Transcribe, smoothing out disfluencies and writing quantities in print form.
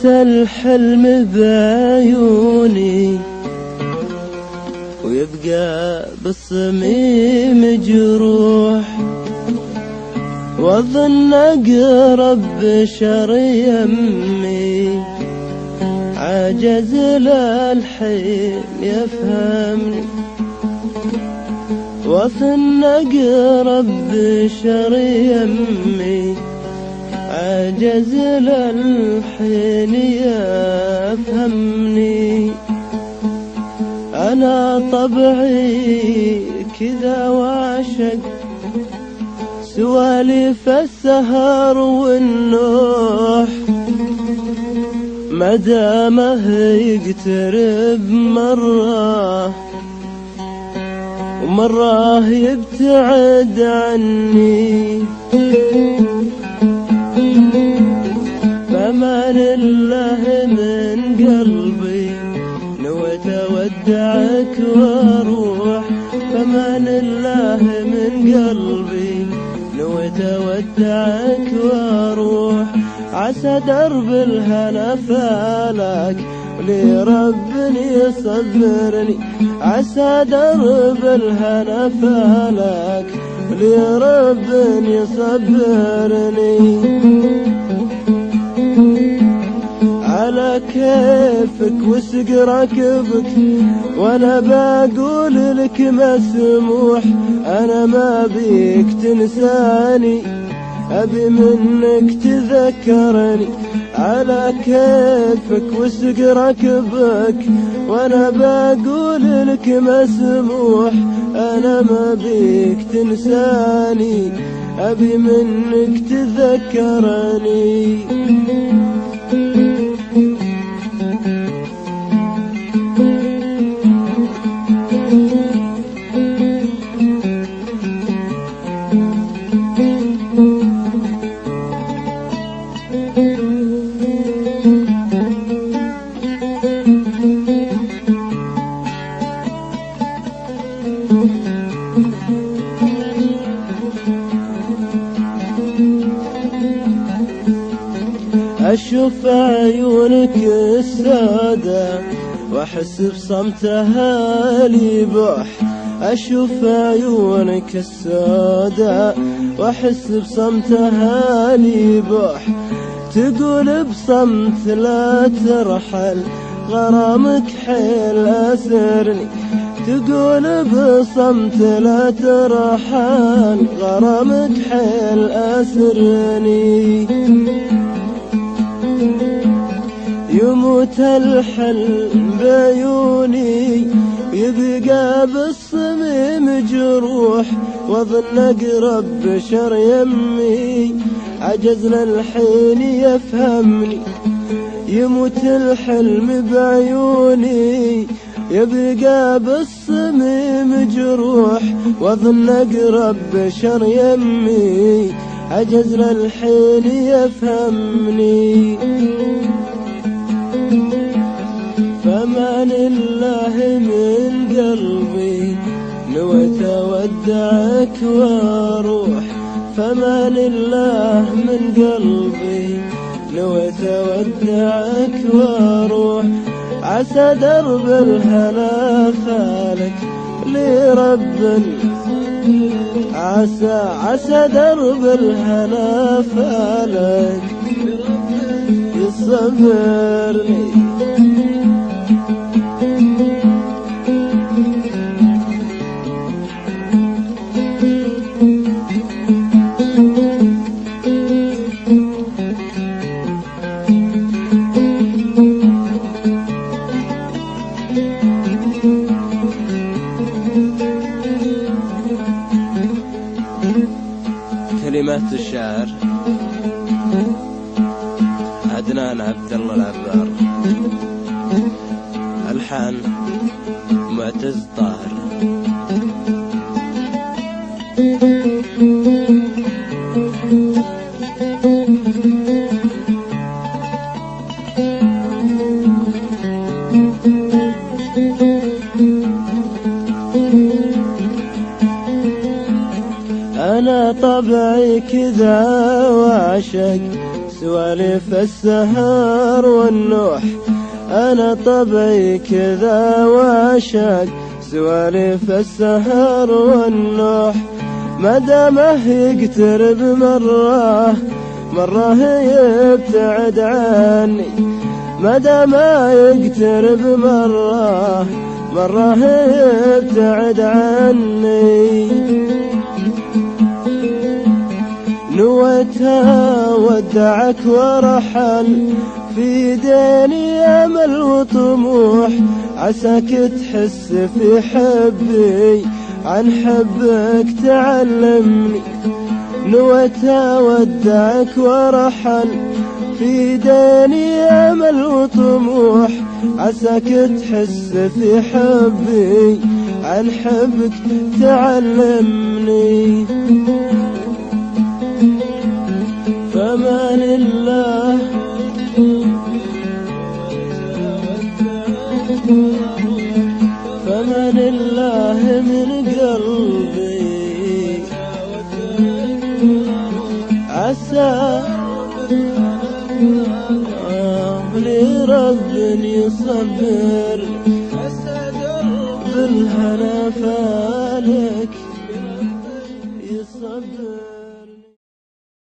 الحلم بعيوني ويبقى بالصميم جروح، واظن اقرب بشر يمي عجز للحين يفهمني، واظن اقرب بشر يمي عجز للحين يفهمني. أنا طبعي كذا وعشق سواليف السهر والنوح، مدامه يقترب مرة ومرة يبتعد عني، فمان الله من قلبي نويت اودعك واروح، فمان الله من قلبي نويت اودعك واروح، عسى درب الهنا فالك ولي رب يصبرني، عسى درب الهنا فالك ولي رب يصبرني. على كيفك وسق ركبك وانا بقول لك مسموح، انا ما بيك تنساني ابي منك تذكرني، على كيفك وسق ركبك وانا بقول لك مسموح، انا ما بيك تنساني ابي منك تذكرني. أشوف عيونك السادة وأحس بصمتها لي بوح، أشوف عيونك السادة وأحس بصمتها لي بوح، تقول بصمت لا ترحل غرامك حيل أسرني، تقول بصمت لا ترحل غرامك حيل أسرني. يموت الحلم بعيوني يبقى بالصميم جروح، واظن اقرب بشر يمي عجز للحين يفهمني، يموت الحلم بعيوني يبقى بالصميم جروح، واظن اقرب بشر يمي عجز للحين يفهمني. فمان الله من قلبي نويت اودعك واروح، فمان الله من قلبي نويت اودعك واروح، عسى درب الهنا فالك لي رب، عسى درب الهنا فالك يصبرني. كلمات الشاعر عدنان عبد الله العبار، ألحان معتز طاهر. أنا طبعي كذا وعشق سوالف السهر والنوح، أنا طبعي كذا واشاق. سوالف السهر والنوح مدامه يقترب مرة يبتعد عني، مدامه يقترب مرة يبتعد عني. نويتها ودعك ورحل، في ديني أمل وطموح، عساك تحس في حبي عن حبك تعلمني. نويتها ودعك ورحل، في ديني أمل وطموح، عساك تحس في حبي عن حبك تعلمني. فمان الله فمان الله من قلبي، عسى لرب يصبر بالهنا فالك